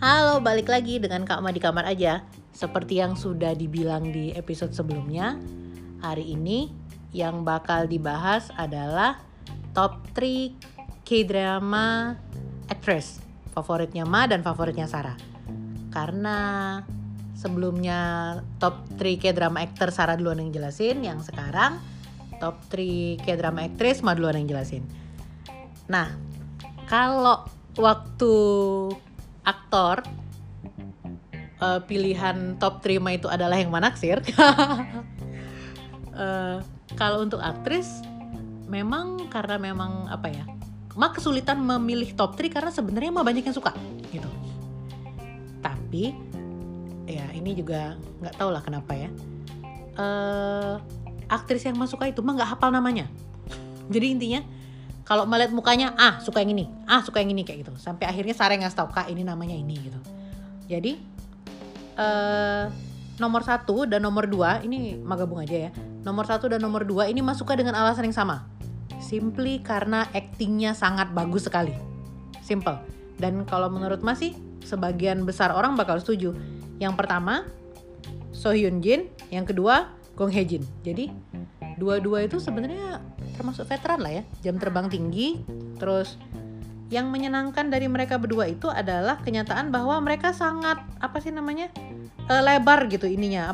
Halo, balik lagi dengan Kak Ma di kamar aja. Seperti yang sudah dibilang di episode sebelumnya, hari ini yang bakal dibahas adalah top 3 K-drama actress. Favoritnya Ma dan favoritnya Sarah. Karena sebelumnya top 3 K-drama actor Sarah duluan yang jelasin, yang sekarang top 3 K-drama actress Ma duluan yang jelasin. Nah, kalau waktu aktor pilihan top 3 itu adalah yang manaksir. Kalau untuk aktris memang karena memang apa ya, Ma kesulitan memilih top 3 karena sebenarnya Ma banyak yang suka gitu. Tapi ya ini juga nggak tahu lah kenapa ya. Aktris yang Ma suka itu Ma nggak hafal namanya. Jadi intinya kalau melihat mukanya, suka yang ini, suka yang ini kayak gitu. Sampai akhirnya Sarah ngasih tau, Kak ini namanya ini gitu. Jadi nomor 1 dan nomor 2 ini Ma gabung aja ya. Nomor 1 dan nomor 2 ini Ma suka dengan alasan yang sama. Simply karena actingnya sangat bagus sekali. Simple. Dan kalau menurut Ma sih sebagian besar orang bakal setuju. Yang pertama So Hyun Jin, yang kedua Gong Hye Jin. Jadi dua-dua itu sebenarnya termasuk veteran lah ya, jam terbang tinggi. Terus yang menyenangkan dari mereka berdua itu adalah kenyataan bahwa mereka sangat lebar gitu ininya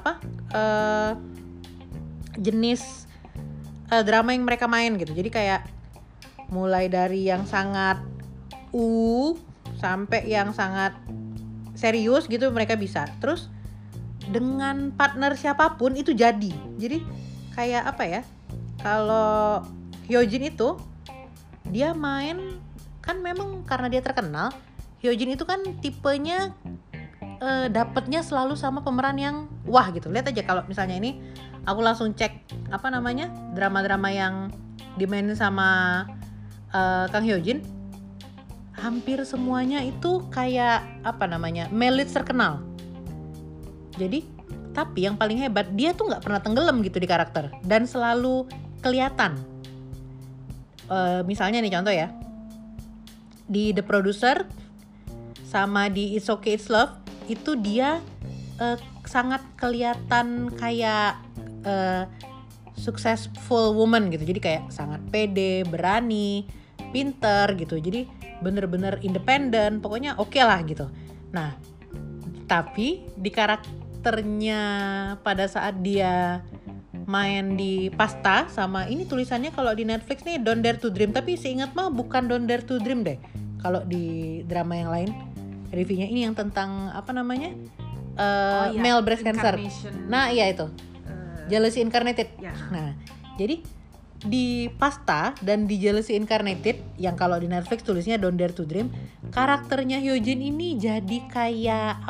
jenis drama yang mereka main gitu. Jadi kayak mulai dari yang sangat sampai yang sangat serius gitu mereka bisa. Terus dengan partner siapapun itu jadi kayak apa ya, kalau Hyojin itu dia main kan memang karena dia terkenal. Hyojin itu kan tipenya dapetnya selalu sama pemeran yang wah gitu. Lihat aja kalau misalnya ini aku langsung cek drama-drama yang dimainin sama Kang Hyojin, hampir semuanya itu kayak male lead terkenal. Jadi tapi yang paling hebat dia tuh nggak pernah tenggelam gitu di karakter dan selalu kelihatan. Misalnya nih contoh ya, di The Producer sama di It's Okay It's Love itu dia sangat kelihatan kayak successful woman gitu. Jadi kayak sangat pede, berani, pinter gitu. Jadi bener-bener independen, pokoknya oke lah gitu. Nah, tapi di karakternya pada saat dia main di Pasta sama ini tulisannya kalau di Netflix nih Don't Dare to Dream, tapi seingat mah bukan Don't Dare to Dream deh. Kalau di drama yang lain reviewnya ini yang tentang male breast cancer. Nah iya itu Jealousy Incarnated. Nah jadi di Pasta dan di Jealousy Incarnated yang kalau di Netflix tulisnya Don't Dare to Dream, karakternya Hyojin ini jadi kayak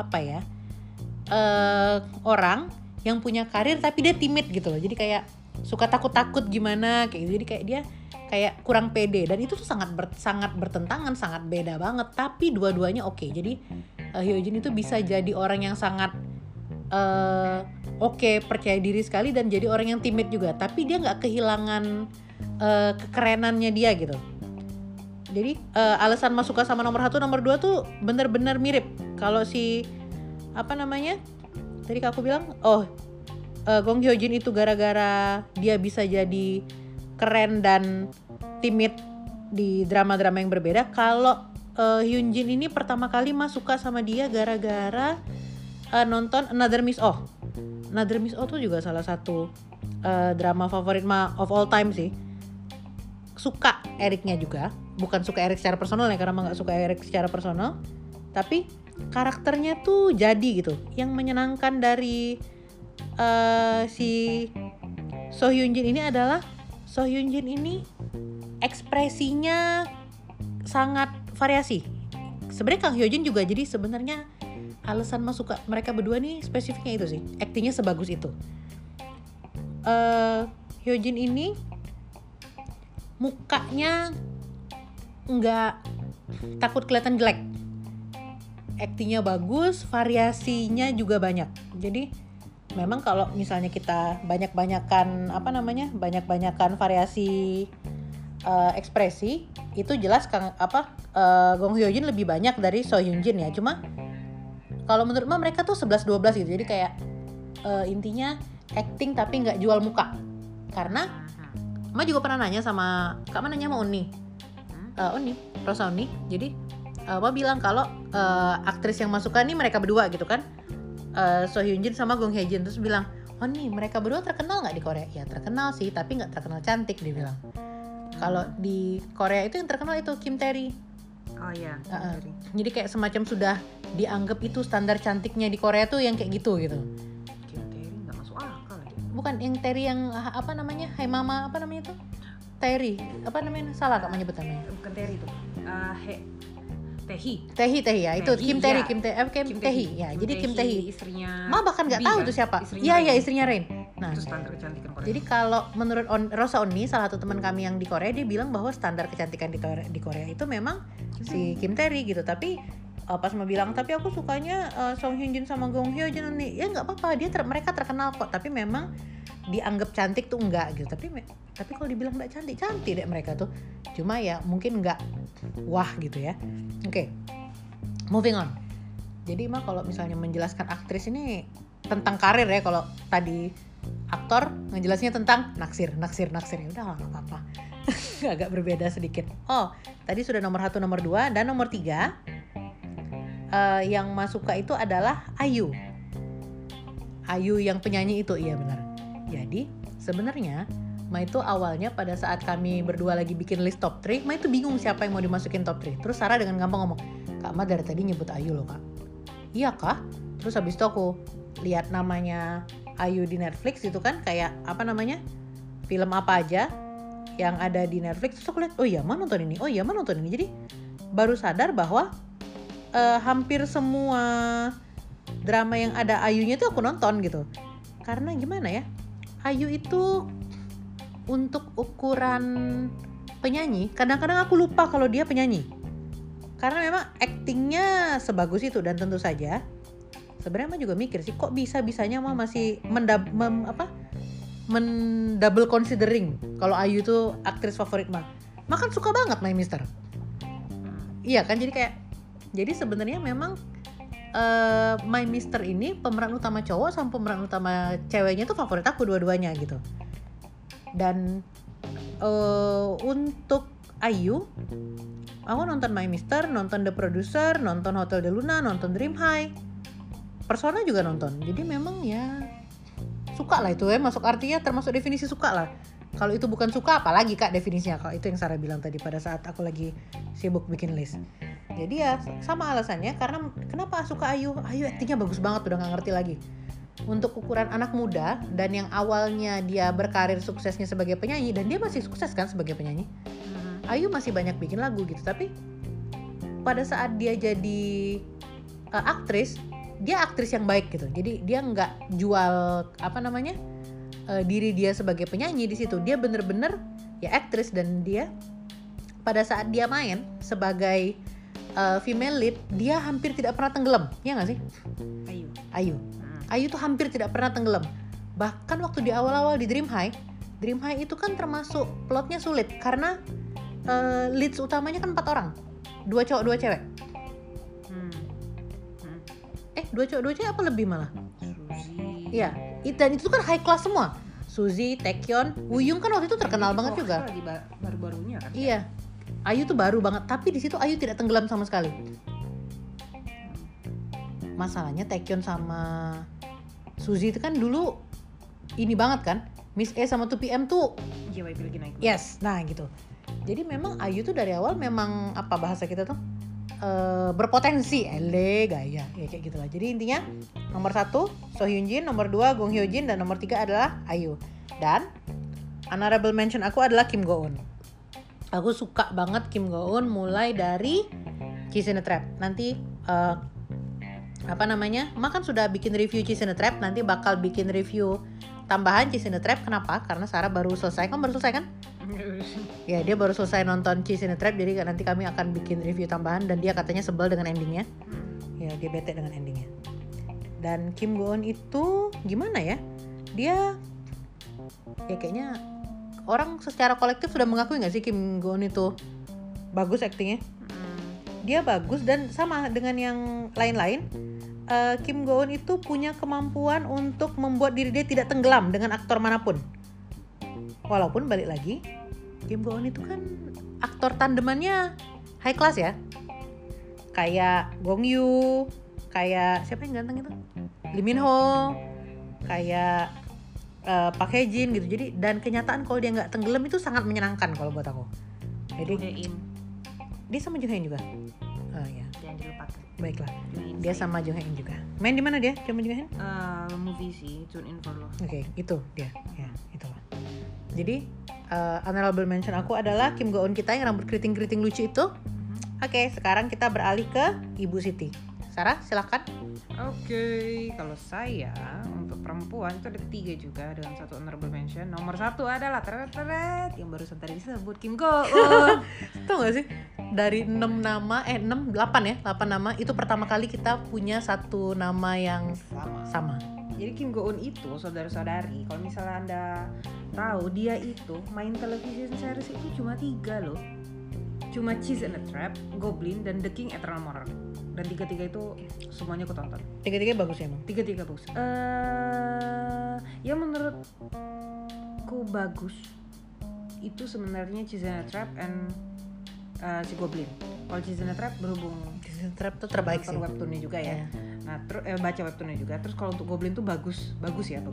orang yang punya karir tapi dia timid gitu loh. Jadi kayak suka takut-takut gimana kayak gitu. Jadi kayak dia kayak kurang pede dan itu tuh sangat bertentangan, sangat beda banget. Tapi dua-duanya oke. Jadi Hyojin itu bisa jadi orang yang sangat percaya diri sekali dan jadi orang yang timid juga. Tapi dia nggak kehilangan kekerenannya dia gitu. Jadi alasan Ma suka sama nomor 1, nomor 2 tuh bener-bener mirip. Kalau si tadi aku bilang Gong Hye Jin itu gara-gara dia bisa jadi keren dan timid di drama-drama yang berbeda. Kalau Hyun Jin ini pertama kali Ma suka sama dia gara-gara nonton Another Miss Oh. Another Miss Oh tuh juga salah satu drama favorit Ma of all time sih. Suka Ericnya juga, bukan suka Eric secara personal ya, karena Ma gak suka Eric secara personal, tapi karakternya tuh jadi gitu. Yang menyenangkan dari si So Hyun Jin ini adalah So Hyun Jin ini ekspresinya sangat variasi. Sebenarnya Kang Hyo Jin juga, jadi sebenarnya alasan Ma suka mereka berdua nih spesifiknya itu sih, aktingnya sebagus itu. Hyo Jin ini mukanya nggak takut kelihatan jelek. Aktingnya bagus, variasinya juga banyak. Jadi memang kalau misalnya kita banyak-banyakan variasi ekspresi, itu jelas Gong Hyo Jin lebih banyak dari So Hyun Jin ya. Cuma Kalau menurut Ma mereka tuh 11-12 gitu. Jadi kayak intinya acting tapi nggak jual muka. Karena Ma juga pernah nanya sama Kak Ma, nanya sama Oni, Rosa Oni. Jadi Ma bilang kalau aktris yang masukkan nih mereka berdua gitu kan, So Hyun Jin sama Gong Hye Jin. Terus bilang, oh nih mereka berdua terkenal nggak di Korea? Ya terkenal sih, tapi nggak terkenal cantik, dia bilang. Kalau di Korea itu yang terkenal itu Kim Tae-ri. Oh iya. Jadi kayak semacam sudah dianggap itu standar cantiknya di Korea tuh yang kayak gitu. Kim Tae-ri nggak masuk akal ya. Bukan yang Tae-ri yang apa namanya? Hai Mama apa namanya itu? Tae-ri. Apa namanya? Salah Kak menyebut namanya. Bukan Tae-ri itu. Tehi ya, itu Kim Tae-ri, Kim Tae-hi ya. Jadi Kim Tae-hi istrinya Ma bahkan nggak tahu itu siapa. Iya istrinya Rain. Nah, itu standar kecantikan Korea. jadi kalau menurut Rosa Oni, salah satu teman kami yang di Korea, dia bilang bahwa standar kecantikan di Korea itu memang si Kim Tae-ri gitu. Tapi pas mau bilang, tapi aku sukanya Song Hyun Jin sama Gong Hye Jin nih. Ya nggak apa-apa, mereka terkenal kok. Tapi memang dianggap cantik tuh enggak gitu. Tapi kalau dibilang nggak cantik deh mereka tuh. Cuma ya mungkin nggak wah gitu ya. Oke. Moving on. Jadi mah kalau misalnya menjelaskan aktris ini tentang karir ya, kalau tadi aktor ngejelasinnya tentang naksir ya udah nggak apa-apa. Agak berbeda sedikit. Oh, tadi sudah nomor 1, nomor 2 dan nomor 3 yang masuk ke itu adalah Ayu yang penyanyi itu, iya benar. Jadi sebenarnya Ma itu awalnya pada saat kami berdua lagi bikin list top 3, Ma itu bingung siapa yang mau dimasukin top 3. Terus Sarah dengan gampang ngomong, Kak Ma dari tadi nyebut Ayu loh Kak. Iya kah? Terus habis itu aku lihat namanya Ayu di Netflix itu kan, kayak apa namanya, film apa aja yang ada di Netflix. Terus aku lihat, oh iya Ma nonton ini, jadi baru sadar bahwa hampir semua drama yang ada Ayunya itu aku nonton gitu. Karena gimana ya, Ayu itu untuk ukuran penyanyi kadang-kadang aku lupa kalau dia penyanyi, karena memang aktingnya sebagus itu. Dan tentu saja sebenarnya Ma juga mikir sih, kok bisa-bisanya Ma masih double considering kalau Ayu itu aktris favorit Ma kan suka banget My Mister. Iya kan, jadi sebenarnya memang My Mister ini pemeran utama cowok sama pemeran utama ceweknya tuh favorit aku dua-duanya gitu. Dan untuk Ayu, aku nonton My Mister, nonton The Producer, nonton Hotel de Luna, nonton Dream High, Persona juga nonton. Jadi memang ya suka lah itu ya, masuk artinya termasuk definisi suka lah. Kalau itu bukan suka apalagi Kak definisinya, kalau itu yang Sarah bilang tadi pada saat aku lagi sibuk bikin list. Jadi ya sama alasannya, karena kenapa suka Ayu aktingnya bagus banget, udah gak ngerti lagi. Untuk ukuran anak muda dan yang awalnya dia berkarir suksesnya sebagai penyanyi, dan dia masih sukses kan sebagai penyanyi. Ayu masih banyak bikin lagu gitu, tapi pada saat dia jadi aktris, dia aktris yang baik gitu. Jadi dia nggak jual diri dia sebagai penyanyi di situ. Dia bener-bener ya aktris, dan dia pada saat dia main sebagai female lead, dia hampir tidak pernah tenggelam, ya nggak sih? Ayu tuh hampir tidak pernah tenggelam. Bahkan waktu di awal-awal di Dream High itu kan termasuk plotnya sulit karena leads utamanya kan 4 orang, 2 cowok 2 cewek. 2 cowok 2 cewek apa lebih malah? Suzy. Iya, dan itu kan high class semua. Suzy, Taecyeon, Wooyoung kan waktu itu terkenal banget juga. Lagi baru-barunya kan. Iya. Ayu tuh baru banget, tapi di situ Ayu tidak tenggelam sama sekali. Masalahnya Taecyeon sama Suzy itu kan dulu ini banget kan, Miss A sama 2PM tuh JYP lagi naik. Yes, nah gitu. Jadi memang Ayu tuh dari awal memang apa bahasa kita tuh berpotensi, gaya ya kayak gitulah. Jadi intinya nomor 1 So Hyun Jin, nomor 2 Gong Hye Jin, dan nomor 3 adalah Ayu. Dan honorable mention aku adalah Kim Go Eun. Aku suka banget Kim Go Eun mulai dari Kiss in the Trap. Nanti Makan sudah bikin review Kiss in the Trap, nanti bakal bikin review tambahan Kiss in the Trap. Kenapa? Karena Sarah baru selesai. Kamu baru selesai kan? Ya, dia baru selesai nonton Kiss in the Trap, jadi nanti kami akan bikin review tambahan, dan dia katanya sebel dengan endingnya. Ya, dia bete dengan endingnya. Dan Kim Go Eun itu gimana ya? Dia ya kayaknya orang secara kolektif sudah mengakui nggak sih Kim Go Eun itu bagus aktingnya? Dia bagus, dan sama dengan yang lain-lain, Kim Go Eun itu punya kemampuan untuk membuat diri dia tidak tenggelam dengan aktor manapun. Walaupun balik lagi, Kim Go Eun itu kan aktor tandemannya high class ya. Kayak Gong Yoo, kayak siapa yang ganteng itu? Lee Min Ho, kayak Park Hae Jin gitu. Jadi dan kenyataan kalau dia nggak tenggelam itu sangat menyenangkan kalau buat aku. Jadi Jae-in, dia sama Jung Hae In juga. Oh ya, jangan dilupakan. baiklah. Jae-in Dia saya. sama Jung Hae In juga. Main di mana dia? Sama Jung Hae In? Movie sih, Tune In For Love. Oke, itu dia. Ya, itulah. Jadi honorable mention aku adalah Kim Go Eun kita yang rambut keriting-keriting lucu itu. Oke, sekarang kita beralih ke Ibu Siti. Sarah, silakan. Oke, kalau saya untuk perempuan itu ada 3 juga dengan 1 honorable mention. Nomor 1 adalah teret yang barusan tadi disebut, Kim Go Eun. Tahu gak sih? Dari 8 nama itu pertama kali kita punya satu nama yang sama. Jadi Kim Go Eun itu saudara-saudari, kalau misalnya Anda tahu, dia itu main television series itu cuma 3 loh. Cuma Cheese and the Trap, Goblin, dan The King Eternal Monarch. Dan 3-3 itu semuanya aku tonton. Tiga-tiga bagus ya emang. 3-3 bagus. Yang menurutku bagus itu sebenarnya Cheese and the Trap and si Goblin. Kalau Cheese and the Trap berhubung Season Trap tuh terbaik sih. nonton webtoonnya juga ya. Iya. Nah, baca webtoonnya juga. Terus kalau untuk Goblin tuh bagus ya.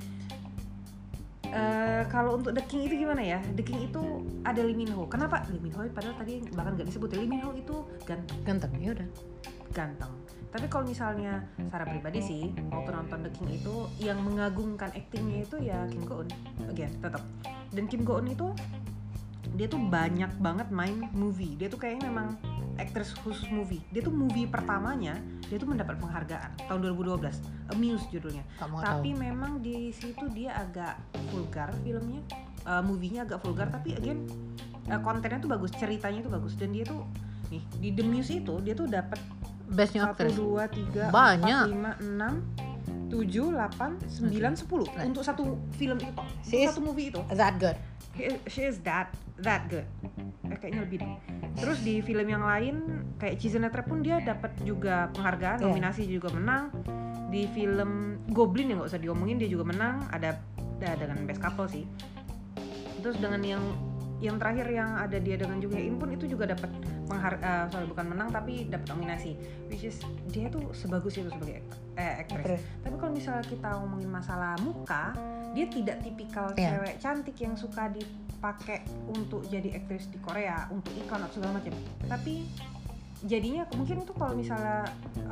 Kalau untuk The King itu gimana ya? The King itu ada Lee Min Ho. Kenapa Lee Min Ho? Padahal tadi bahkan nggak disebut. Lee Min Ho itu Ganteng, ya udah. ganteng. Tapi kalau misalnya secara pribadi sih, waktu nonton The King itu yang mengagumkan aktingnya itu ya Kim Go Eun. Again, tetap. Dan Kim Go Eun itu dia tuh banyak banget main movie. Dia tuh kayaknya memang aktris khusus movie. Dia tuh movie pertamanya dia tuh mendapat penghargaan tahun 2012. Amuse judulnya. Tapi memang di situ dia agak vulgar filmnya. Movie-nya agak vulgar tapi again kontennya tuh bagus, ceritanya tuh bagus dan dia tuh nih di The Muse itu dia tuh dapat Best New 1, Actress 2, 3, banyak. 4, 5, 6, 7, 8, 9, 10 untuk satu film itu toh. Untuk satu movie itu. That good. She is that good. Kayaknya lebih deh. Terus di film yang lain kayak Cheese and the Trap pun dia dapat juga penghargaan, nominasi juga menang. Di film Goblin yang nggak usah diomongin dia juga menang. Ada dengan Best Couple sih. Terus dengan yang terakhir yang ada dia dengan Jung Hae In pun itu juga dapat bukan menang tapi dapat nominasi, which is dia tuh sebagus itu sebagai aktris. Tapi kalau misalnya kita ngomongin masalah muka, dia tidak tipikal cewek cantik yang suka dipakai untuk jadi aktris di Korea untuk iklan atau segala macam. Tapi jadinya mungkin itu kalau misalnya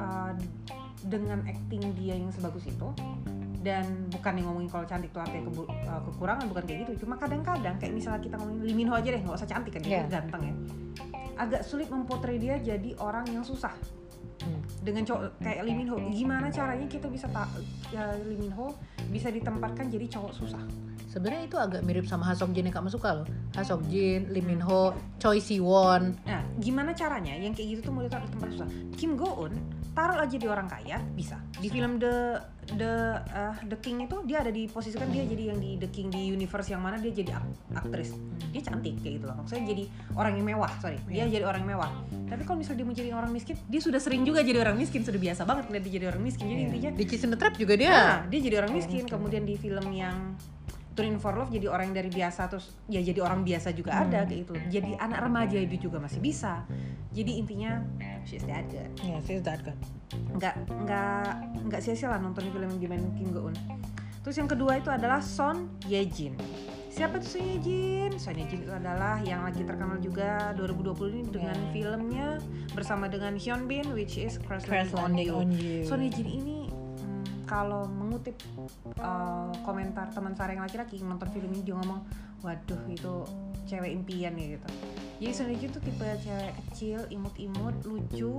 dengan acting dia yang sebagus itu, dan bukan yang ngomongin kalau cantik tuh artinya kekurangan, bukan kayak gitu. Cuma kadang-kadang kayak misalnya kita ngomongin Lee Min Ho aja deh, nggak usah cantik kan, dia ganteng ya. Agak sulit mempotret dia jadi orang yang susah. Dengan cowok kayak Lee Min Ho, gimana caranya kita bisa Lee Min Ho bisa ditempatkan jadi cowok susah? Sebenarnya itu agak mirip sama Ha Sok Jin yang kamu suka loh. Ha Sok Jin, Lee Min Ho, Choi Siwon. Nah, gimana caranya yang kayak gitu tuh mau ditaruh di tempat susah? Kim Go Eun taruh aja di orang kaya bisa. Di film The King itu dia ada diposisikan dia jadi yang di The King di universe yang mana dia jadi aktris. Dia cantik kayak gitu loh. Maksudnya jadi orang yang mewah, Dia jadi orang yang mewah. Tapi kalau misalnya dia mau jadi orang miskin, dia sudah sering juga jadi orang miskin, sudah biasa banget ngeliat dia jadi orang miskin. Jadi intinya di Cheese and the Trap juga dia. Nah, dia jadi orang miskin. Kemudian di film yang Tune In For Love jadi orang yang dari biasa terus ya jadi orang biasa juga ada kayak gitu. Jadi anak remaja itu juga masih bisa. Jadi intinya she's that good. Yeah, she's that good. Enggak sia-sia lah nonton film yang dimainin Kim Go Eun. Terus yang kedua itu adalah Son Ye Jin. Siapa itu Son Ye Jin? Son Ye Jin itu adalah yang lagi terkenal juga 2020 ini dengan filmnya bersama dengan Hyun Bin which is Crash Landing on You. Son Ye Jin ini kalau mengutip komentar teman saya yang laki-laki yang nonton film ini, dia ngomong, waduh itu cewek impian ya gitu. Jadi Son Ye Jin tuh tipe cewek kecil, imut-imut, lucu,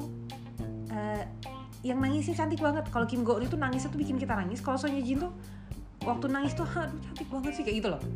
yang nangisnya cantik banget. Kalau Kim Go Eun itu nangisnya tuh bikin kita nangis. Kalau Son Ye Jin tuh waktu nangis tuh, aduh cantik banget sih kayak gitu loh.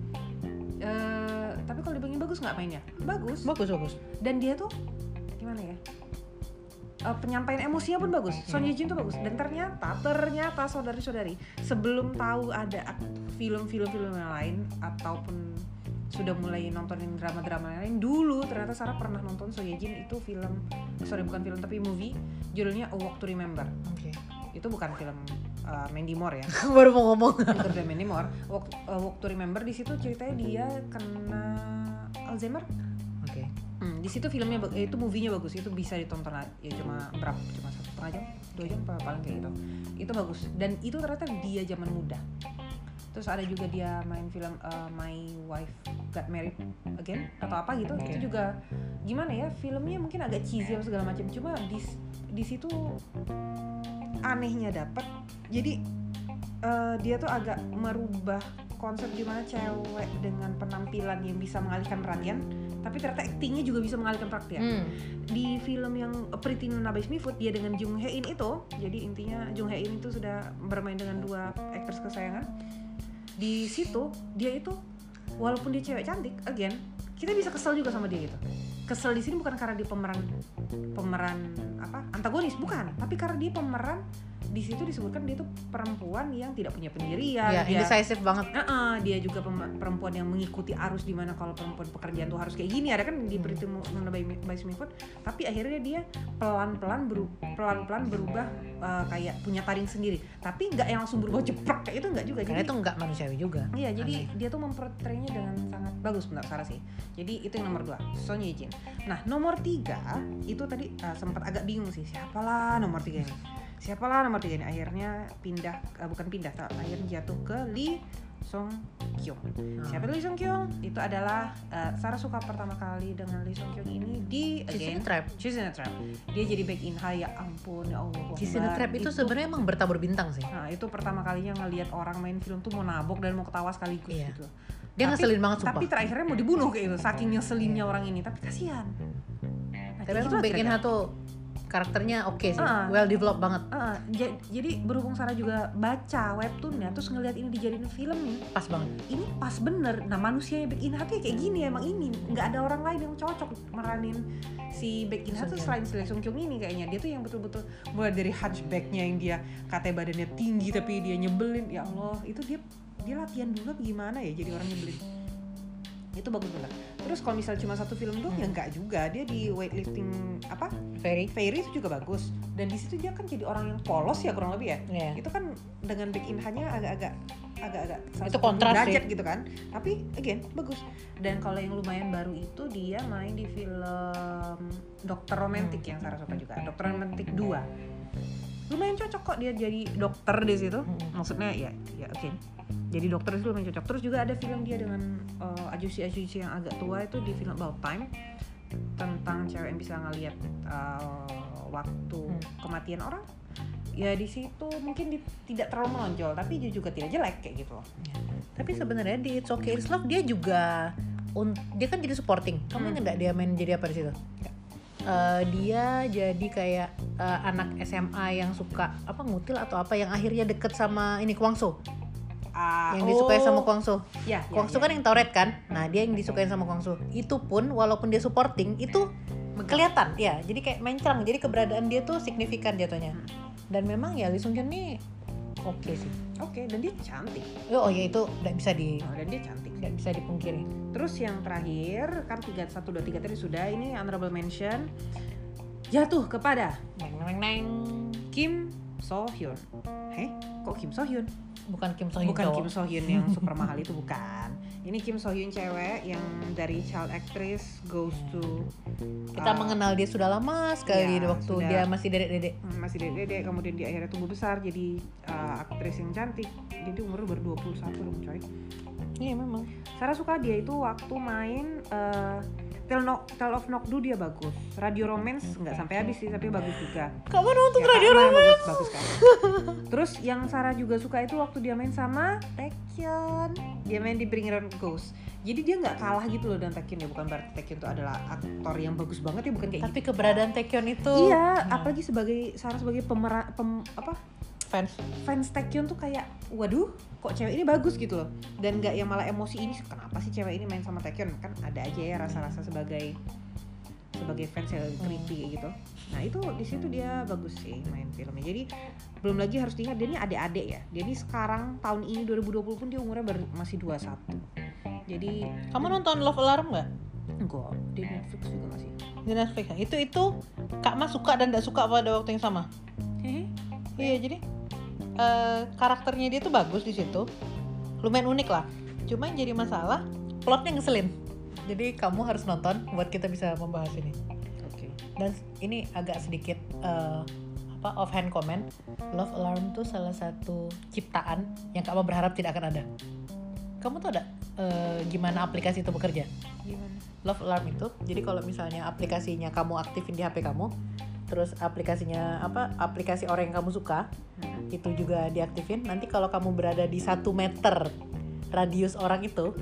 Tapi kalau dibilangin bagus nggak mainnya? Bagus. Dan dia tuh gimana ya? Penyampaian emosinya pun bagus. Son Ye Jin tuh bagus. Dan ternyata saudari-saudari sebelum tahu ada film-film yang lain ataupun sudah mulai nontonin drama-drama lain, dulu ternyata Sarah pernah nonton Son Ye Jin itu bukan film tapi movie judulnya A Walk to Remember. Okay. itu bukan film Mandy Moore ya. Baru mau ngomong. Bukan film Mandy Moore. Walk to Remember di situ ceritanya dia kena Alzheimer. Oke. Di situ filmnya itu movie-nya bagus, itu bisa ditonton ya cuma 1,5 jam, 2 jam paling kayak gitu. Itu bagus dan itu ternyata dia zaman muda. Terus ada juga dia main film My Wife Got Married Again atau apa gitu. Okay. Itu juga gimana ya, filmnya mungkin agak cheesy atau segala macam, cuma di situ anehnya dapat. Jadi dia tuh agak merubah konsep gimana cewek dengan penampilan yang bisa mengalihkan perhatian, tapi ternyata aktingnya juga bisa mengalihkan perhatian. Di film yang Pretty Nuna by Smithwood dia dengan Jung Hae In itu, jadi intinya Jung Hae In itu sudah bermain dengan 2 aktris kesayangan. Di situ dia itu walaupun dia cewek cantik, again kita bisa kesel juga sama dia gitu. Kesel di sini bukan karena dia pemeran apa antagonis, bukan, tapi karena dia pemeran. Di situ disebutkan dia tuh perempuan yang tidak punya pendirian, ya, dia indecisive banget. Dia juga perempuan yang mengikuti arus, di mana kalau perempuan pekerjaan tuh harus kayak gini, ada kan di Pretty Nuna by Smithwood. Tapi akhirnya dia pelan-pelan berubah kayak punya taring sendiri. Tapi nggak yang langsung berubah jeprek kayak itu, nggak juga. Karena jadi itu nggak manusiawi juga. Iya, jadi dia tuh memportraynya dengan sangat bagus menurut Sarah sih. Jadi itu yang nomor 2, Son Ye Jin. Nah nomor 3 itu tadi sempat agak bingung sih, siapalah nomor 3 ini. Akhirnya akhirnya jatuh ke Lee Song Kyung. Siapa Lee Song Kyung? Itu adalah Sarah suka pertama kali dengan Lee Song Kyung ini di She's in a Trap. Dia jadi back in high, ya ampun ya Allah. She's in a Trap itu sebenarnya emang bertabur bintang sih. Nah itu pertama kalinya ngelihat orang main film tuh mau nabok dan mau ketawa sekaligus gitu. Dia ngeselin banget sumpah. Tapi terakhirnya mau dibunuh kayak gitu, saking ngeselinnya orang ini. Tapi kasihan. Tapi emang back in tuh karakternya oke sih, well developed banget. Jadi berhubung Sarah juga baca webtoonnya, terus ngelihat ini dijadiin film nih, pas banget. Ini pas bener. Nah manusianya Baek In Ha tuh kayak gini, emang ini nggak ada orang lain yang cocok meranin si Baek In Ha tuh selain si Lee Sung Kyung ini kayaknya. Dia tuh yang betul-betul mulai dari hunchbacknya yang dia katanya badannya tinggi tapi dia nyebelin, ya Allah itu dia latihan dulu gimana ya jadi orang nyebelin. Itu bagus banget. Terus kalau misalnya cuma satu film doang ya enggak juga. Dia di weightlifting apa? Fairy itu juga bagus. Dan di situ dia kan jadi orang yang polos ya kurang lebih ya. Yeah. Itu kan dengan Baek In Ha-nya agak itu kontras derajat gitu kan. Tapi again bagus. Dan kalau yang lumayan baru itu dia main di film Dokter Romantik yang Sarah suka juga. Dokter Romantik 2. Lumayan cocok kok dia jadi dokter di situ. Maksudnya ya oke. Jadi dokter itu lumayan cocok. Terus juga ada film dia dengan ajusi yang agak tua itu di film About Time, tentang cewek yang bisa ngelihat waktu kematian orang. Ya di situ mungkin tidak terlalu menonjol, tapi dia juga tidak jelek kayak gitu loh. Tapi sebenarnya di It's Okay It's Love dia juga dia kan jadi supporting. Kamu ingat nggak dia main jadi apa di situ? Dia jadi kayak anak SMA yang suka apa ngutil atau apa, yang akhirnya deket sama ini Kwang Soo. Yang disukai sama Kwang Soo. Kwang Soo kan yang Tourette kan. Nah, dia yang disukai sama Kwang Soo. Itu pun walaupun dia supporting itu kelihatan ya. Jadi kayak mencrang. Jadi keberadaan dia tuh signifikan jatuhnya. Dan memang ya Lee Sung Kyun nih oke sih. Oke, dan dia cantik. Oh ya itu enggak bisa dan dia cantik. Enggak bisa dipungkiri. Terus yang terakhir kan 1, 2, 3 tadi sudah, ini honorable mention jatuh kepada Kim So Hyun. Kok Kim So Hyun? Bukan Kim So Hyun. Bukan Kim So Hyun yang super mahal itu, bukan. Ini Kim So Hyun cewek yang dari child actress goes to kita mengenal dia sudah lama sekali waktu dia masih dedek-dedek. Kemudian dia akhirnya tumbuh besar jadi aktris yang cantik. Jadi umurnya baru 21 dong coy. Iya memang. Sarah suka dia itu waktu main Tale of Nokdu dia bagus. Radio Romance nggak sampai habis sih, tapi bagus juga. Kamu nonton Radio Romance? Bagus kan. Terus yang Sarah juga suka itu waktu dia main sama Taecyeon. Dia main di Bring It On Ghost. Jadi dia nggak kalah gitu loh dengan Taecyeon ya. Bukan berarti Taecyeon itu adalah aktor yang bagus banget ya, bukan kayak tapi gitu. keberadaan Taecyeon itu apalagi Sarah sebagai fans Taecyeon tuh kayak waduh kok cewek ini bagus gitu loh, dan nggak yang malah emosi ini kenapa sih cewek ini main sama Taecyeon, kan ada aja ya rasa-rasa sebagai fans yang creepy kayak gitu. Nah itu di situ dia bagus sih main filmnya. Jadi belum lagi harus diingat dia ini adik-adik ya. Jadi sekarang tahun ini 2020 pun dia umurnya masih 21. Jadi kamu nonton Love Alarm nggak? Enggak, di Netflix juga masih. Di Netflix itu Kak Mas suka dan nggak suka pada waktu yang sama. Iya jadi karakternya dia tuh bagus di situ, lumayan unik lah. Cuma yang jadi masalah plotnya ngeselin. Jadi kamu harus nonton buat kita bisa membahas ini. Oke. Dan ini agak sedikit offhand comment. Love Alarm tuh salah satu ciptaan yang kamu berharap tidak akan ada. Kamu tau ada gimana aplikasi itu bekerja? Gimana? Love Alarm itu, jadi kalau misalnya aplikasinya kamu aktifin di HP kamu, terus aplikasi orang yang kamu suka itu juga diaktifin, nanti kalau kamu berada di 1 meter radius orang itu,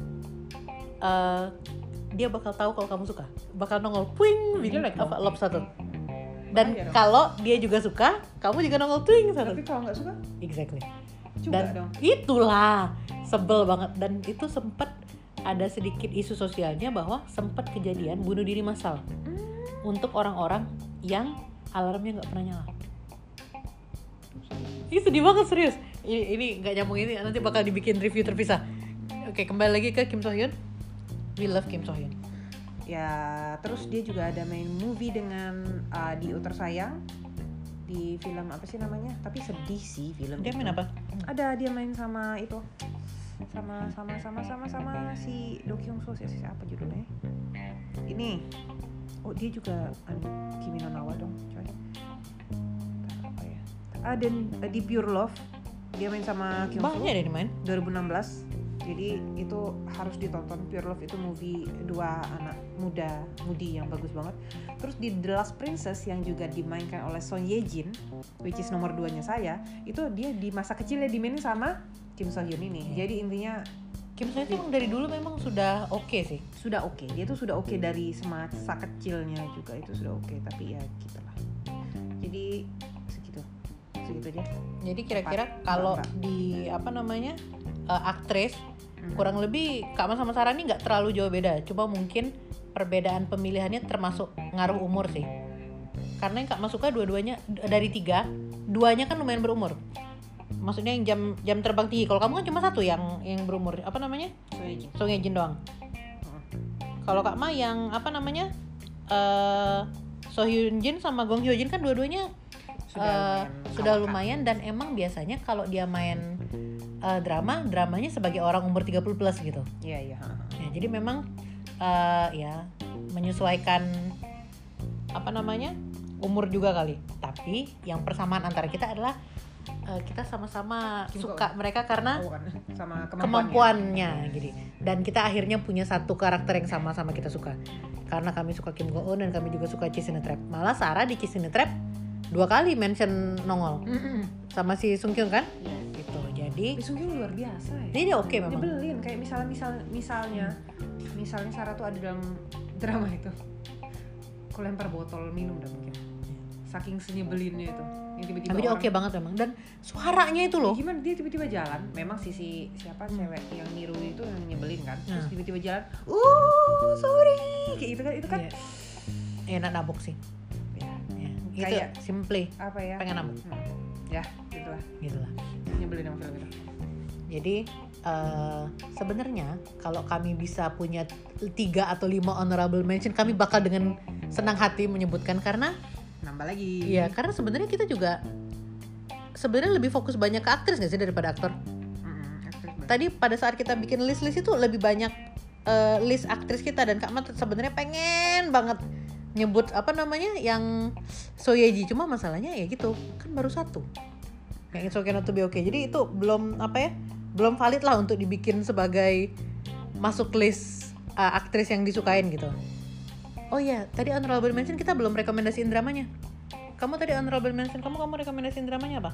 dia bakal tahu kalau kamu suka, bakal nongol puing love satu. Dan kalau dia juga suka, kamu juga nongol twing satu. Tapi kalau nggak suka? Exactly. Juga Dan dong. itulah sebel banget. Dan itu sempat ada sedikit isu sosialnya bahwa sempat kejadian bunuh diri massal untuk orang-orang yang alarmnya nggak pernah nyala. Ini sedih banget, serius. Ini nggak nyambung, ini nanti bakal dibikin review terpisah. Oke, kembali lagi ke Kim So Hyun. We love Kim So Hyun. Ya, terus dia juga ada main movie dengan Dio Tersayang di film apa sih namanya? Tapi sedih sih film. Dia main apa? Ada, dia main sama itu. Sama si Do Kyung Soo, siapa judulnya? Ini. Oh, dia juga Kimi no Na wa dong, coy. Apa ya? Dan di Pure Love dia main sama Kyung Soo. Banyak deh dia main. 2016. Jadi itu harus ditonton. Pure Love itu movie 2 anak mudi yang bagus banget. Terus di The Last Princess yang juga dimainkan oleh Son Ye Jin, which is nomor 2-nya saya, itu dia di masa kecilnya dimainin sama Kim So Hyun ini. Jadi intinya Kim So Hyun emang dari dulu memang sudah oke sih. Sudah oke. Dia tuh sudah oke dari masa kecilnya juga itu sudah oke. Tapi ya gitulah. Jadi segitu aja. Jadi kira-kira kalau di aktris kurang lebih Kak Mas sama Sarah ini nggak terlalu jauh beda, cuma mungkin perbedaan pemilihannya termasuk ngaruh umur sih. Karena yang Kak Mas suka dua-duanya dari 3, 2-nya kan lumayan berumur. Maksudnya yang jam terbang tinggi. Kalau kamu kan cuma 1 yang berumur, Song Ye Jin doang. Kalau Kak Ma yang So Hyun Jin sama Gong Hyo Jin kan dua-duanya sudah lumayan, dan emang biasanya kalau dia main dramanya sebagai orang umur 30 plus gitu. Iya. Ya, jadi memang menyesuaikan umur juga kali. Tapi yang persamaan antara kita adalah kita sama-sama suka mereka karena sama kemampuannya gitu. Dan kita akhirnya punya satu karakter yang sama-sama kita suka. Karena kami suka Kim Go Eun dan kami juga suka Cheese in the Trap. Malah Sarah di Cheese in the Trap 2 kali mention nongol sama si Sung Kyung kan? Gitu. Jadi Sung Kyung luar biasa ya. Dia oke memang. Nyebelin kayak misalnya Sarah tuh ada dalam drama itu. Aku lempar botol minum dah mungkin. Saking senyebelinnya itu. Yang tiba-tiba tapi dia oke banget memang, dan suaranya itu loh. Gimana dia tiba-tiba jalan? Memang siapa cewek yang niru itu yang nyebelin kan. Terus tiba-tiba jalan, sorry. Kayak gitu kan, itu kan. Enak nabok sih. Itu Kayak simply apa ya? pengen nabok. Ya, gitulah. Nyebelin sama film itu. Jadi sebenarnya kalau kami bisa punya 3 atau 5 honorable mention, kami bakal dengan senang hati menyebutkan, karena nambah lagi. Iya, karena sebenarnya kita juga lebih fokus banyak ke aktris nggak sih daripada aktor. Tadi pada saat kita bikin list itu lebih banyak list aktris kita, dan Kak Mat sebenarnya pengen banget nyebut yang So Ye Ji, cuma masalahnya ya gitu kan baru 1 yang It's Okay Not to Be Okay. Jadi itu belum belum valid lah untuk dibikin sebagai masuk list aktris yang disukain gitu. Oh iya, tadi honorable mention kita belum rekomendasiin dramanya. Kamu tadi honorable mention, kamu rekomendasiin dramanya apa?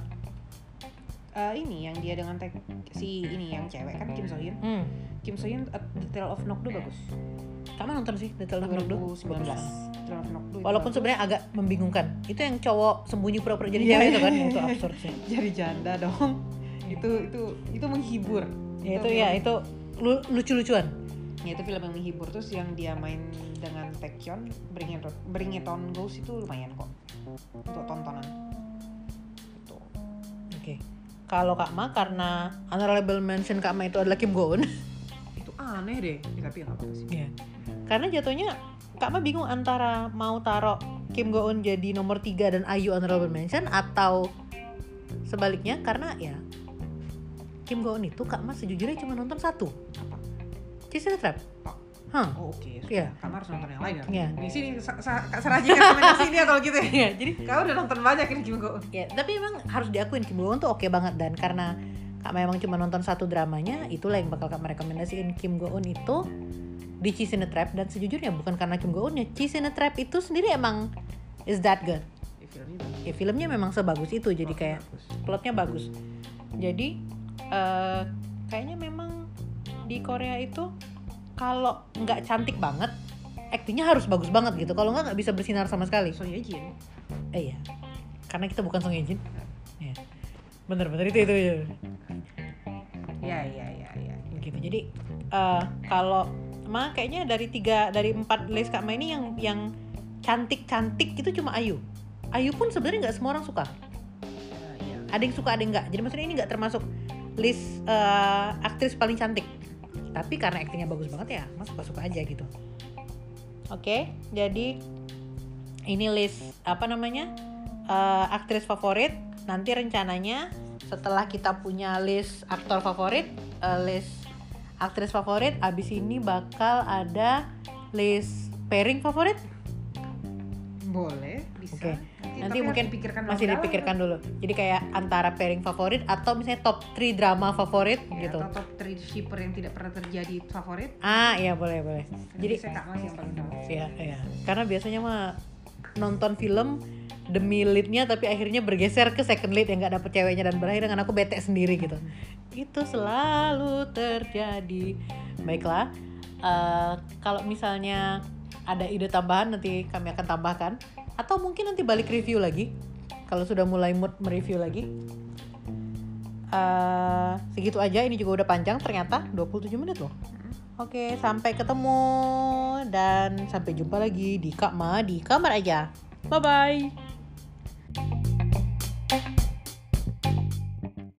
Ini yang dia dengan ini yang cewek kan, Kim So Hyun. Kim So Hyun, The Tale of Nokdu bagus. Kamu nonton sih The Tale of Nokdu? 2019. Walaupun sebenarnya agak membingungkan. Itu yang cowok sembunyi pura-pura jadi cewek itu kan, itu absurd sih. Jadi janda dong. Itu menghibur. Itu lucu-lucuan. Ya, itu film yang menghibur. Terus yang dia main dengan Taecyeon, Bring It On Goes itu lumayan kok untuk tontonan. Gitu. Oke. Kalau Kak Ma, karena honorable mention Kak Ma itu adalah Kim Go Eun. Itu aneh deh, tapi nggak apa-apa sih. Iya. Karena jatuhnya Kak Ma bingung antara mau taruh Kim Go Eun jadi nomor 3 dan IU honorable mention, atau sebaliknya karena ya Kim Go Eun itu Kak Mas sejujurnya cuma nonton satu, Cheese in the Trap. Oh, oke. Iya. Kamu harus nonton yang lain kan? Iya. Di sini Kak Seraji rekomendasi ini ya kalau gitu ya. Iya, jadi Kau udah nonton banyak ini Kim Go Eun. ya, tapi emang harus diakuin Kim Go Eun tuh oke banget, dan karena Kak memang cuma nonton satu dramanya, itulah yang bakal Kak merekomendasiin Kim Go Eun itu di Cheese in the Trap. Dan sejujurnya bukan karena Kim Go Eunnya, Cheese in the Trap itu sendiri emang is that good. Ya filmnya memang sebagus itu, jadi kayak plotnya bagus. Jadi kayaknya memang di Korea itu kalau nggak cantik banget, aktingnya harus bagus banget gitu. Kalau nggak bisa bersinar sama sekali. Song Ye Jin. Iya, karena kita bukan Song Ye Jin. Ya. Bener itu ya. Ya. Gitu. Jadi kalau kayaknya dari 4 list Kak Ma ini yang cantik itu cuma Ayu. Ayu pun sebenarnya nggak semua orang suka. Iya. Ada yang suka, ada yang nggak. Jadi maksudnya ini nggak termasuk list aktris paling cantik. Tapi karena aktingnya bagus banget ya, Mas suka aja gitu. Oke, jadi ini list aktris favorit. Nanti rencananya setelah kita punya list aktor favorit, list aktris favorit, abis ini bakal ada list pairing favorit. Boleh, bisa. Oke. Nanti Tapi mungkin masih dipikirkan dulu. Jadi kayak antara pairing favorit atau misalnya top 3 drama favorit ya, gitu. atau top 3 shipper yang tidak pernah terjadi favorit. Iya boleh. Jadi saya Kak Mas yang paling tahu. Iya. Karena biasanya mah nonton film demi leadnya tapi akhirnya bergeser ke second lead yang nggak dapet ceweknya, dan berakhir dengan aku bete sendiri gitu. Itu selalu terjadi. Baiklah, kalau misalnya ada ide tambahan nanti kami akan tambahkan, atau mungkin nanti balik review lagi kalau sudah mulai mood mereview lagi. Segitu aja, ini juga udah panjang ternyata 27 menit loh. Oke, sampai ketemu dan sampai jumpa lagi di Kak Ma di kamar aja. Bye bye.